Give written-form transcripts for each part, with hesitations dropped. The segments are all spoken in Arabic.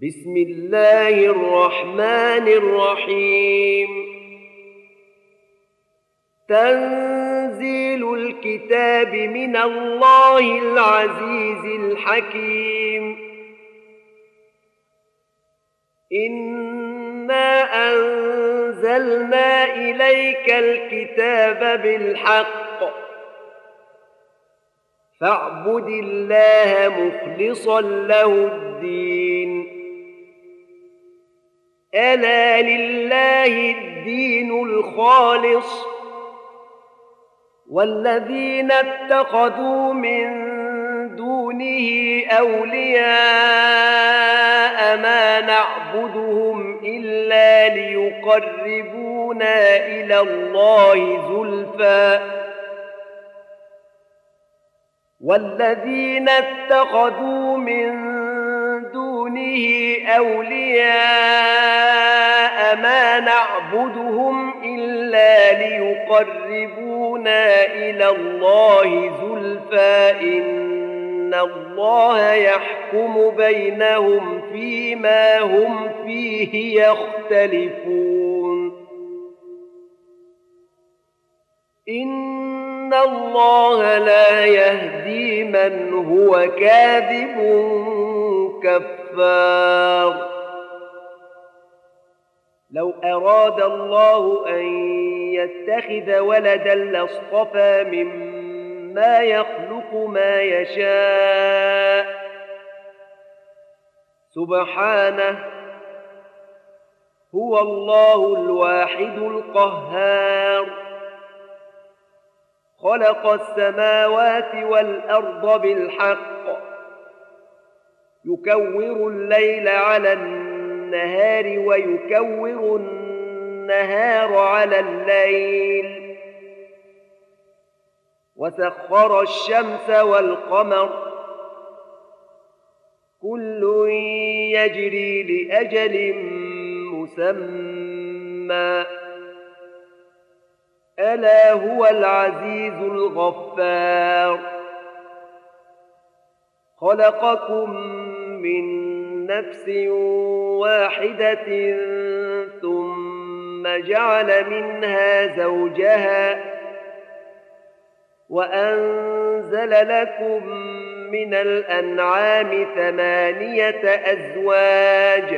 بسم الله الرحمن الرحيم. تنزيل الكتاب من الله العزيز الحكيم. إنا أنزلنا إليك الكتاب بالحق فاعبد الله مخلصا له الدين. ألا لله الدين الخالص والذين اتخذوا من دونه أولياء ما نعبدهم إلا ليقربونا إلى الله زلفى والذين اتخذوا من دونه أولياء ما نعبدهم إلا ليقربونا إلى الله زلفى إن الله يحكم بينهم فيما هم فيه يختلفون. إن الله لا يهدي من هو كاذب كفار. لو أراد الله أن يتخذ ولدا لاصطفى مما يخلق ما يشاء سبحانه، هو الله الواحد القهار. خلق السماوات والأرض بالحق يكور الليل على النهار ويكور النهار على الليل وسخر الشمس والقمر كل يجري لأجل مسمى ألا هو العزيز الغفار. خلقكم من نفس واحدة ثم جعل منها زوجها وأنزل لكم من الأنعام 8 أزواج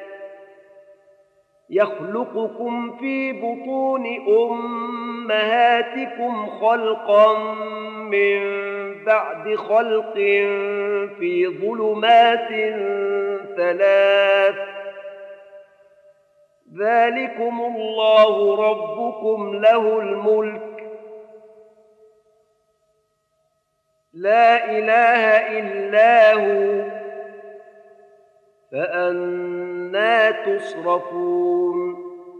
يخلقكم في بطون أمهاتكم خلقا من بعد خلق في ظلمات 3 ذلكم الله ربكم له الملك لا إله إلا هو فأنى تصرفون.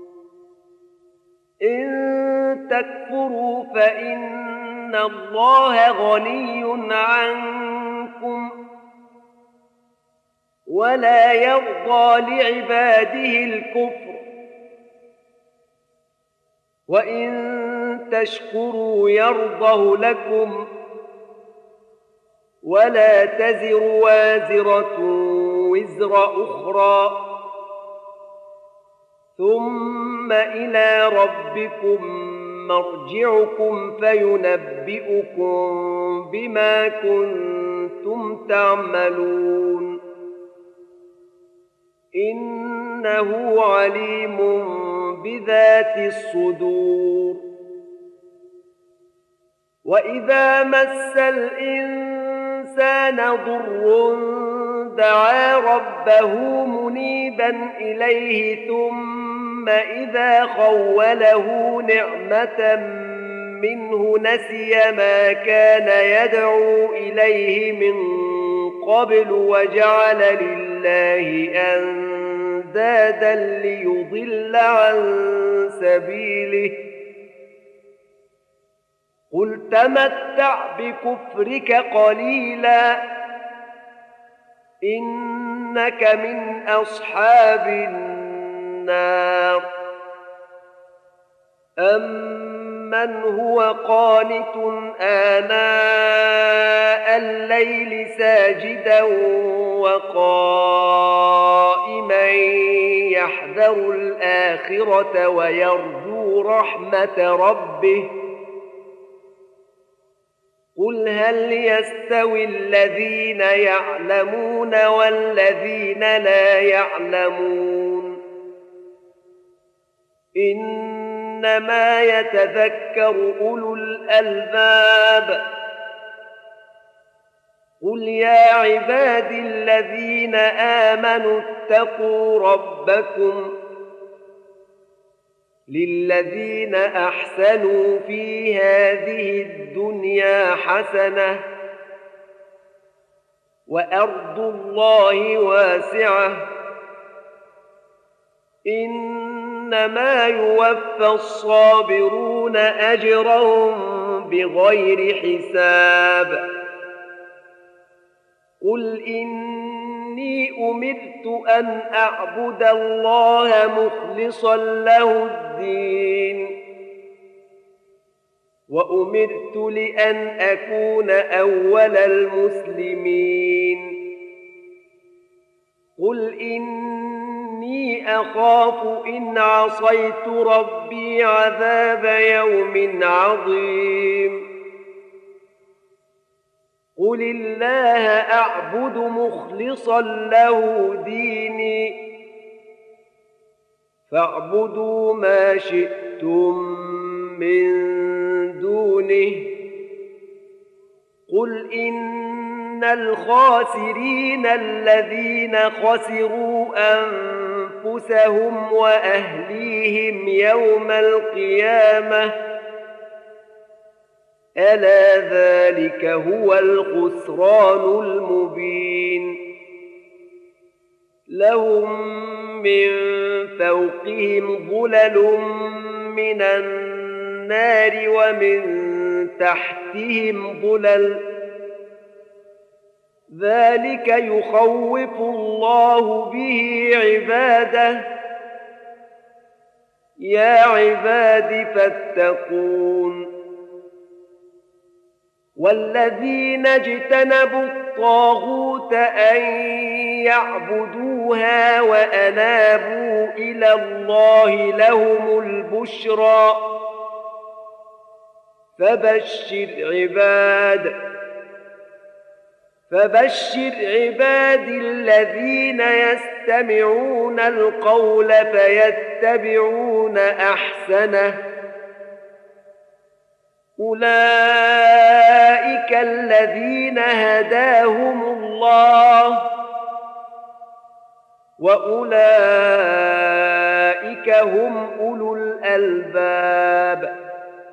إن تكفروا فإن الله غني عنكم ولا يرضى لعباده الكفر وإن تشكروا يرضه لكم ولا تزر وازرة وزر أخرى ثم إلى ربكم مرجعكم فينبئكم بما كنتم تعملون إنه عليم بذات الصدور. وإذا مس الإنسان ضر دعا ربه منيبا إليه ثم إذا خوله نعمة منه نسي ما كان يدعو إليه من قبل وجعل لله أندادا ليضل عن سبيله قل تمتع بكفرك قليلا إنك من أصحاب النار. أمن هو قانت آناء الليل ساجدا وقائما يحذر الآخرة ويرجو رحمة ربه قل هل يستوي الذين يعلمون والذين لا يعلمون إنما يتذكر أولو الألباب قل يا عبادي الذين آمنوا اتقوا ربكم للذين أحسنوا في هذه الدنيا حسنة وأرض الله واسعة إنما يوفى الصابرون أجرهم بغير حساب قل إني أمرت أن أعبد الله مخلصا له الدين وأمرت لأن أكون أول المسلمين قل إني أخاف إن عصيت ربي عذاب يوم عظيم قل الله أعبد مخلصا له ديني فاعبدوا ما شئتم من دونه قل إن الخاسرين الذين خسروا أنفسهم وأهليهم يوم القيامة ألا ذلك هو الخسران المبين لهم من فوقهم ظلل من النار ومن تحتهم ظلل ذلك يخوف الله به عباده يا عباد فاتقون والذين اجتنبوا الطاغوت أن يعبدوها وأنابوا إلى الله لهم البشرى فبشر عباد الذين يستمعون القول فيتبعون أحسنه أولئك الذين هداهم الله وأولئك هم أولو الألباب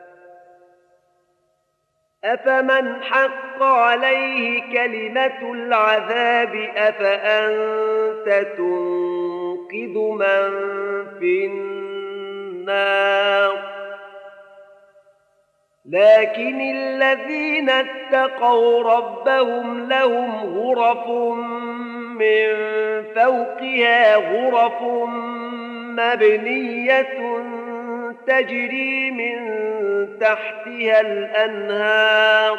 أفمن حق عليه كلمة العذاب أفأنت تنقذ من في النار لكن الذين اتقوا ربهم لهم غرف من فوقها غرف مبنية تجري من تحتها الأنهار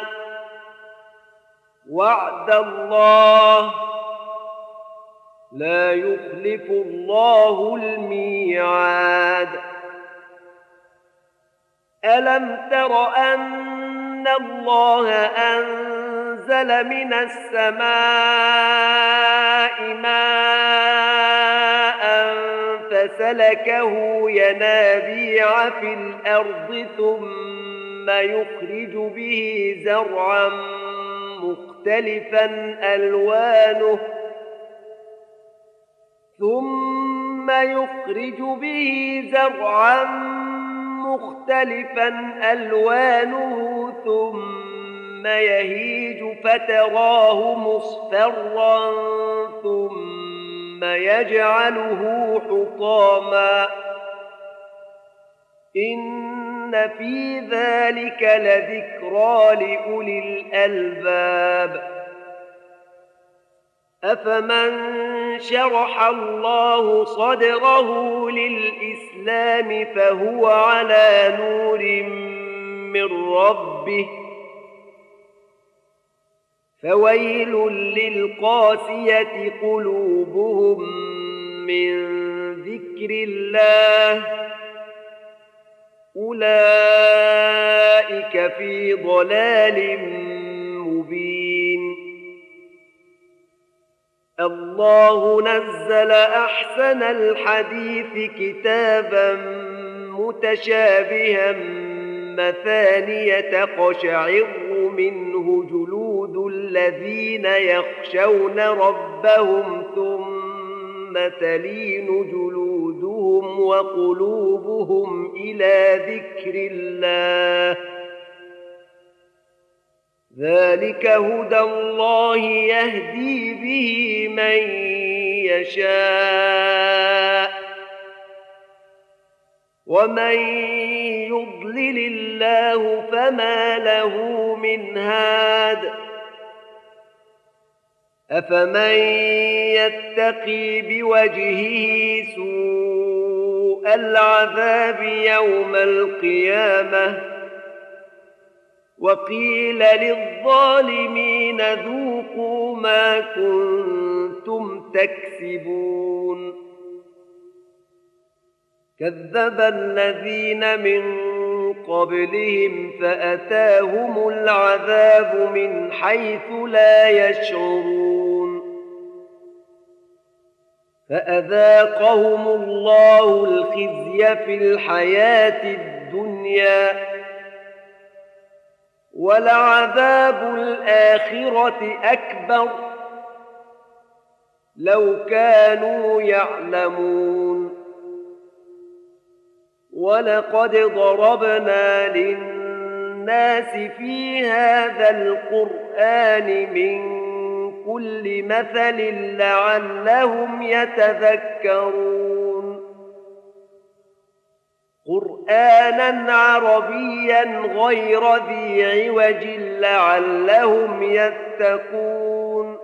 وعد الله لا يخلف الله الميعاد ألم تر أن الله أنزل من السماء ماء فسلكه ينابيع في الأرض ثم يخرج به زرعا مختلفا ألوانه ثم يهيج فتراه مصفرا ثم يجعله حطاما إن في ذلك لذكرى لأولي الألباب أفمن شرح الله صدره للإسلام فهو على نور من ربه فويل للقاسية قلوبهم من ذكر ذكر الله أولئك في ضلال مبين. الله نزل أحسن الحديث كتابا متشابها مثانية تقشعر منه جلود الذين يخشون ربهم ثم تلين جلودهم وقلوبهم إلى ذكر الله ذلك هدى الله يهدي به من يشاء ومن يضلل الله فما له من هاد. أفمن يتقي بوجهه سوء العذاب يوم القيامة وقيل للظالمين ذوقوا ما كنتم تكسبون. كذب الذين من قبلهم فأتاهم العذاب من حيث لا يشعرون فأذاقهم الله الخزي في الحياة الدنيا ولعذاب الآخرة أكبر لو كانوا يعلمون. ولقد ضربنا للناس في هذا القرآن من كل مثل لعلهم يتذكرون. قرآنا عربيا غير ذي عوج لعلهم يتقون.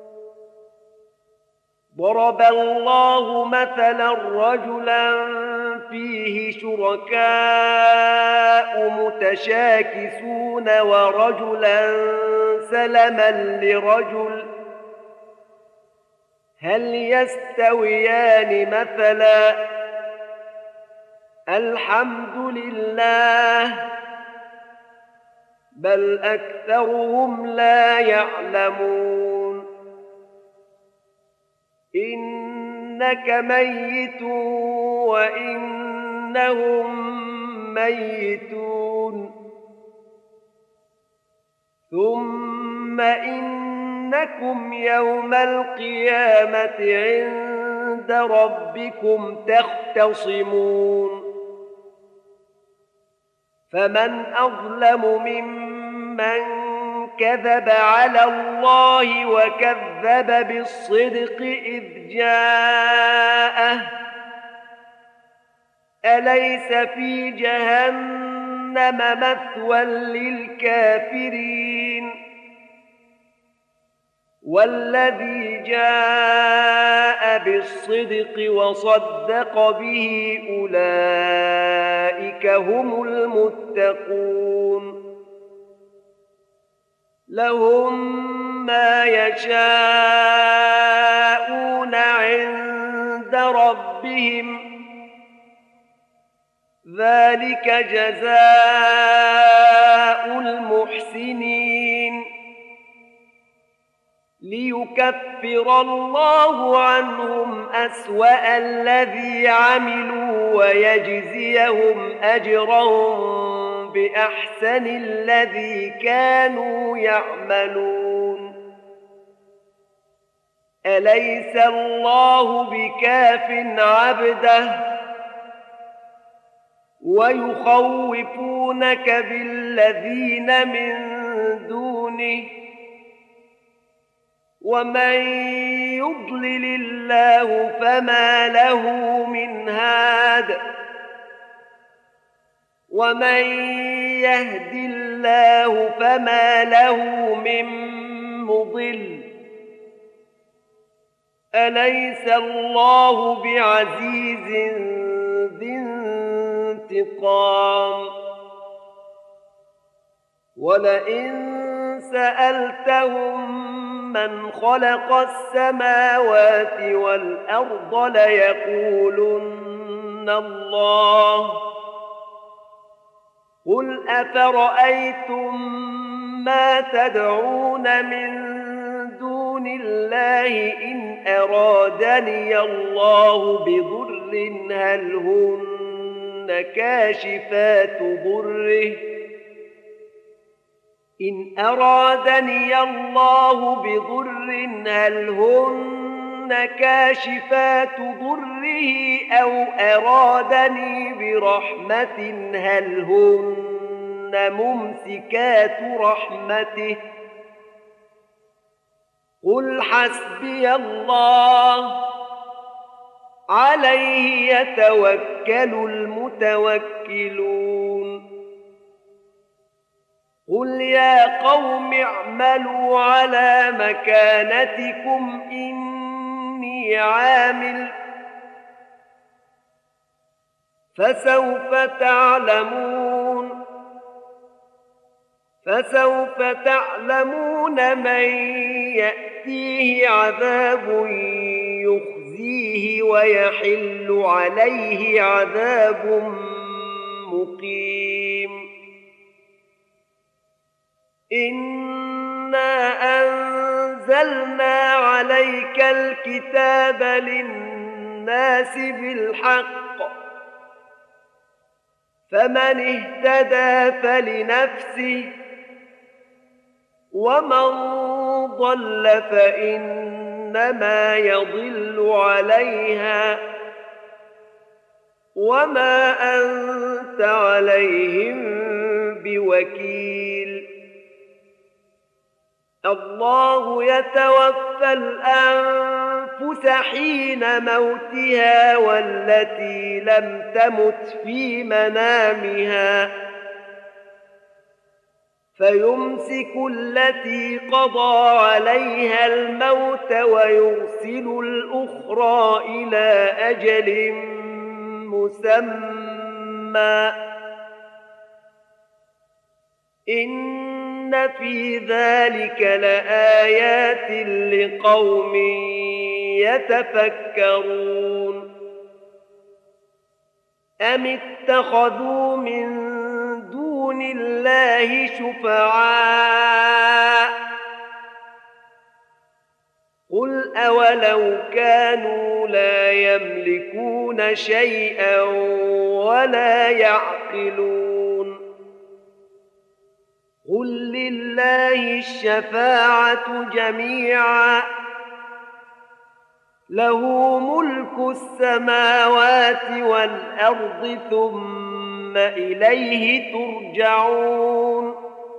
ضرب الله مثلا رجلا فيه شركاء متشاكسون ورجلا سلما لرجل هل يستويان مثلا الحمد لله بل أكثرهم لا يعلمون. إنك ميت وإنهم ميتون ثم إنكم يوم القيامة عند ربكم تختصمون. فمن أظلم ممن كذب على الله وكذب بالصدق إذ جاءه أليس في جهنم مثوى للكافرين والذي جاء بالصدق وصدق به أولئك هم المتقون. لهم ما يشاءون عند ربهم ذلك جزاء المحسنين. ليكفر الله عنهم أسوأ الذي عملوا ويجزيهم أجرهم بأحسن الذي كانوا يعملون. أليس الله بكاف عبده ويخوفونك بالذين من دونه ومن يضلل الله فما له من هاد ومن يهد الله فما له من مضل. أليس الله بعزيز ذي انتقام. ولئن سألتهم من خلق السماوات والأرض ليقولن الله. قل أفرأيتم ما تدعون من دون الله إن أرادني الله بضر هل هن كاشفات ضره هل هن كاشفات ضره أو أرادني برحمة هل هن ممسكات رحمته قل حسبي الله عليه يتوكل المتوكلون. قل يا قوم اعملوا على مكانتكم إني عامل فسوف تعلمون من يأتيه عذاب يخزيه ويحل عليه عذاب مقيم. إنا أنزلنا عليك الكتاب للناس بالحق فمن اهتدى فلنفسه ومن ضل فإنما يضل عليها وما أنت عليهم بوكيل. الله يتوفى الأنفس حين موتها والتي لم تمت في منامها فيمسك التي قضى عليها الموت ويرسل الأخرى إلى أجل مسمى إن في ذلك لآيات لقوم يتفكرون. أم اتخذوا من دون الله شفعاء قل أولو كانوا لا يملكون شيئا ولا يعقلون. قل لله الشفاعة جميعا له ملك السماوات والأرض ثم إليه ترجعون.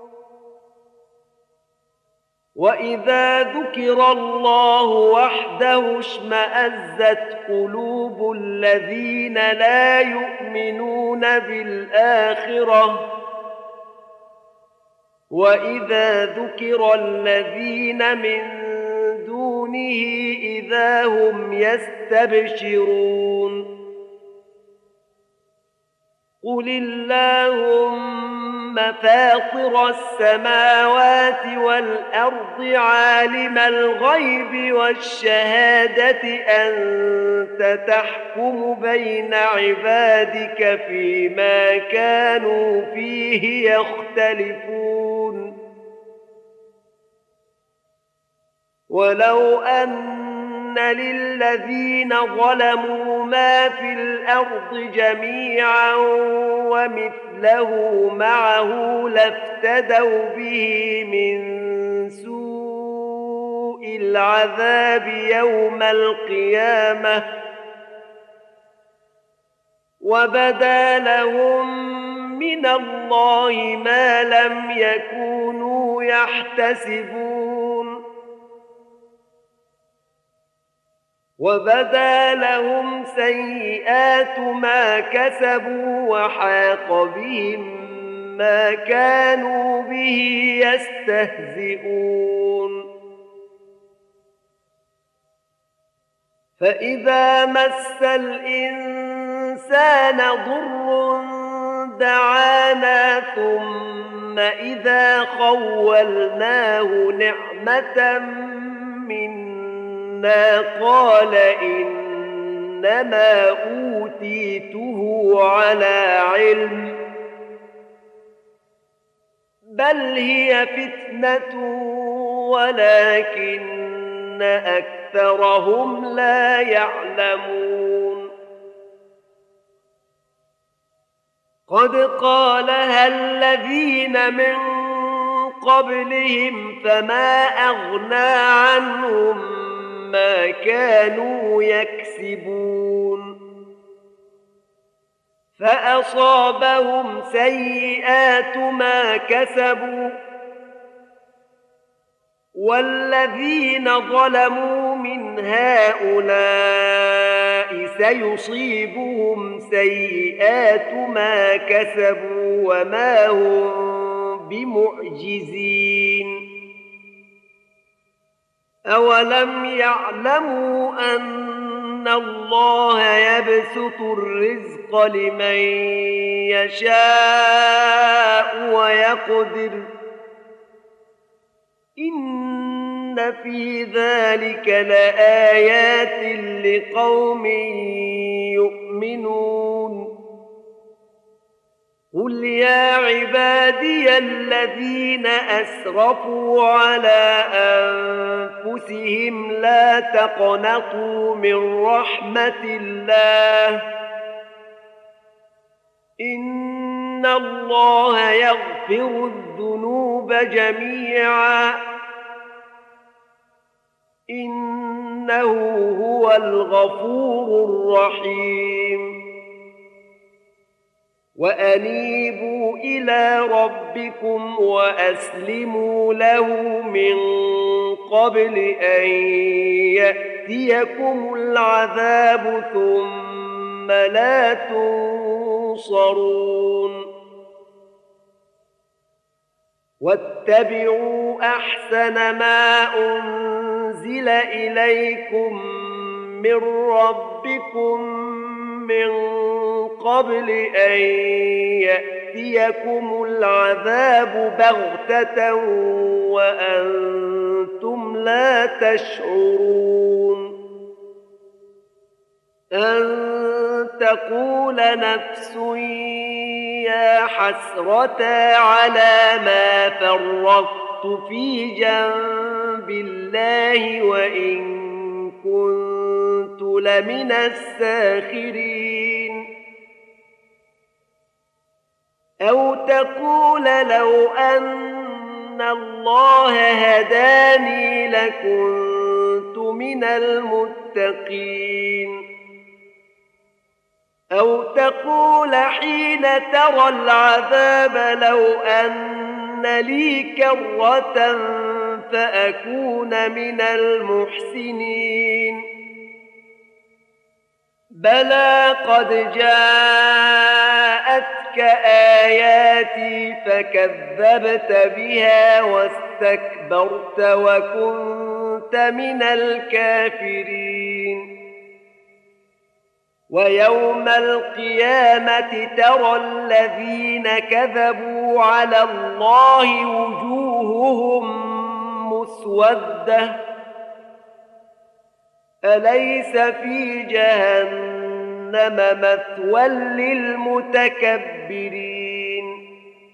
وإذا ذكر الله وحده اشمأزت قلوب الذين لا يؤمنون بالآخرة وإذا ذكر الذين من دونه إذا هم يستبشرون. قل اللهم فاطر السماوات والأرض عالم الغيب والشهادة أنت تحكم بين عبادك فيما كانوا فيه يختلفون. ولو أن للذين ظلموا ما في الأرض جميعا ومثله معه لافتدوا به من سوء العذاب يوم القيامة وبدا لهم من الله ما لم يكونوا يحتسبون وبدا لهم سيئات ما كسبوا وحاق بهم ما كانوا به يستهزئون. فإذا مس الإنسان ضر دعانا ثم إذا خولناه نعمة منا قال إنما أوتيته على علم بل هي فتنة ولكن أكثرهم لا يعلمون قد قالها الذين من قبلهم فما أغنى عنهم ما كانوا يكسبون فأصابهم سيئات ما كسبوا والذين ظلموا من هؤلاء سيصيبهم سيئات ما كسبوا وما هم بمعجزين أولم يعلموا أن الله يبسط الرزق لمن يشاء ويقدر إن في ذلك لآيات لقوم يؤمنون قل يا عبادي الذين أسرفوا على أنفسهم لا تقنطوا من رحمة الله إن الله يغفر الذنوب جميعا إنه هو الغفور الرحيم وأنيبوا إلى ربكم وأسلموا له من قبل أن يأتيكم العذاب ثم لا تنصرون واتبعوا أحسن ما أنزل إليكم من ربكم من قبل أن يأتيكم العذاب بغتة وأنتم لا تشعرون أن تقول نفس يا حسرة على ما فرطت في جنب الله وإن كنت لمن الساخرين أو تقول لو أن الله هداني لكنت من المتقين أو تقول حين ترى العذاب لو أن لي كرة فأكون من المحسنين بلى قد جاءتك آياتي فكذبت بها واستكبرت وكنت من الكافرين ويوم القيامة ترى الذين كذبوا على الله وجوههم مسودة أليس في جهنم مثوى للمتكبرين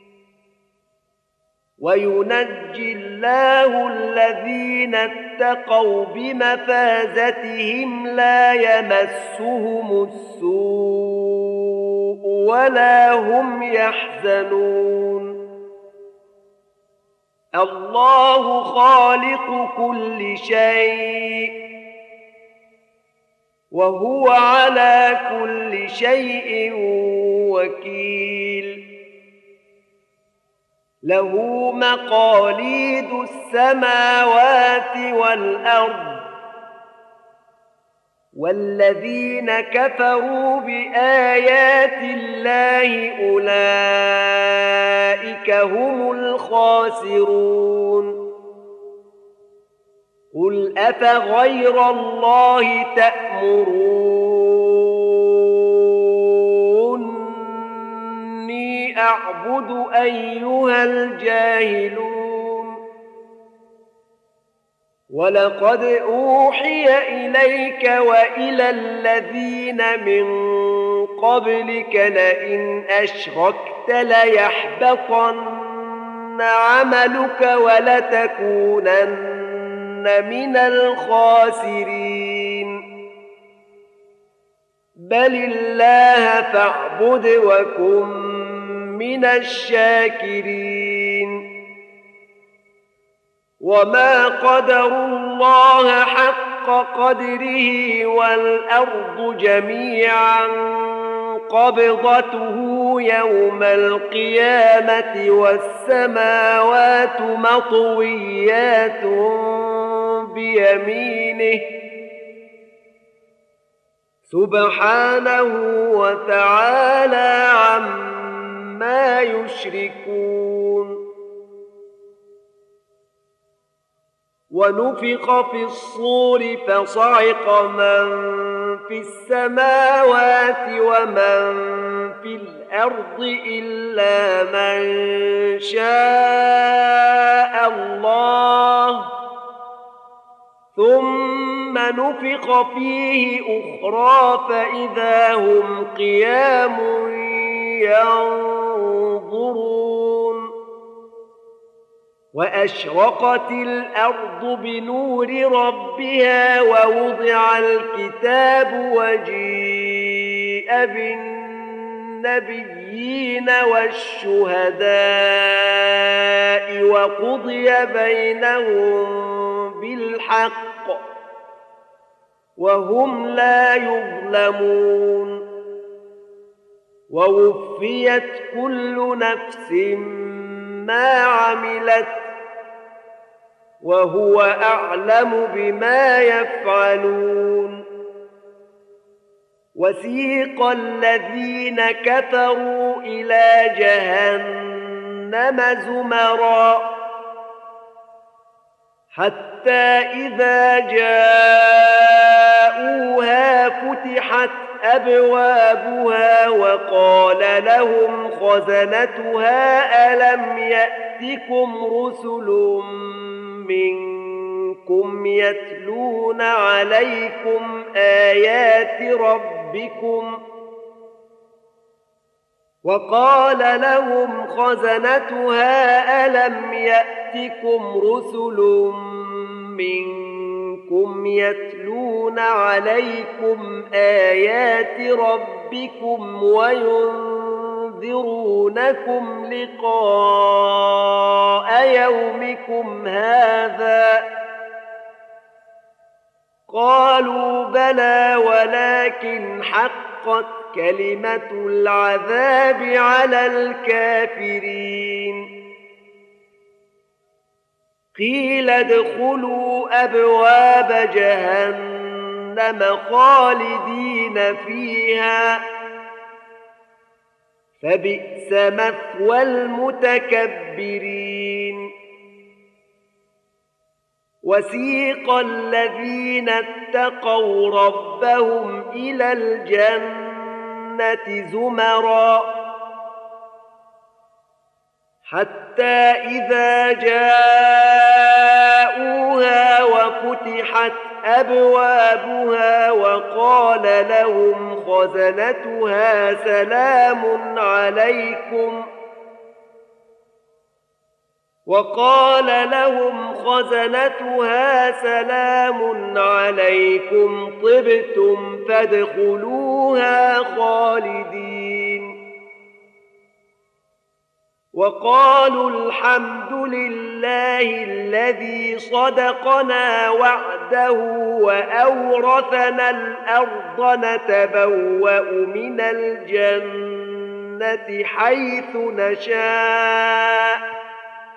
وينجي الله الذين اتقوا بمفازتهم لا يمسهم السوء ولا هم يحزنون الله خالق كل شيء وهو على كل شيء وكيل له مقاليد السماوات والأرض والذين كفروا بآيات الله أولئك هم الخاسرون قل أفغير الله تأمروني أعبد أيها الجاهلون ولقد أوحي إليك وإلى الذين من قبلك لئن أشركت ليحبطن عملك ولتكونن من الخاسرين بل الله فاعبد وكن من الشاكرين وما قدروا الله حق قدره والأرض جميعا قبضته يوم القيامة والسماوات مطويات بيمينه سبحانه وتعالى عما يشركون ونفخ في الصور فصعق من في السماوات ومن في الأرض إلا من شاء الله ثم نفخ فيه أخرى فإذا هم قيام ينظرون وأشرقت الأرض بنور ربها ووضع الكتاب وجيء بالنبيين والشهداء وقضي بينهم بالحق وهم لا يظلمون ووفيت كل نفس ما عملت وهو أعلم بما يفعلون وسيق الذين كفروا إلى جهنم زمرا حتى إذا جاءوها فتحت أبوابها وقال لهم خزنتها ألم يأتكم رسل منكم يتلون عليكم آيات ربكم وقال لهم خزنتها ألم يأتكم رسل منكم يتلون عليكم آيات ربكم وينذرونكم لقاء يومكم هذا قالوا بلى ولكن حقت كلمة العذاب على الكافرين قيل ادخلوا أبواب جهنم خالدين فيها فبئس مثوى المتكبرين وسيق الذين اتقوا ربهم إلى الجنة زمرا حتى إذا جاءوها وفتحت أبوابها وقال لهم خزنتها سلام عليكم طبتم فادخلوها خالدين وقالوا الحمد لله الذي صدقنا وعده وأورثنا الأرض نتبوأ من الجنة حيث نشاء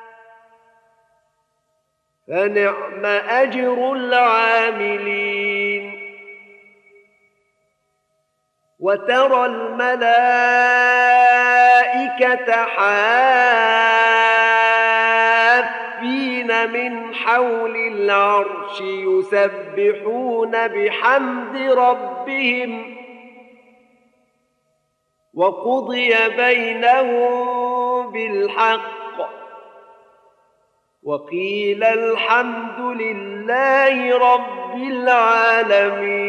فنعم أجر العاملين وترى الملائكة حافين من حول العرش يسبحون بحمد ربهم وقضي بينهم بالحق وقيل الحمد لله رب العالمين.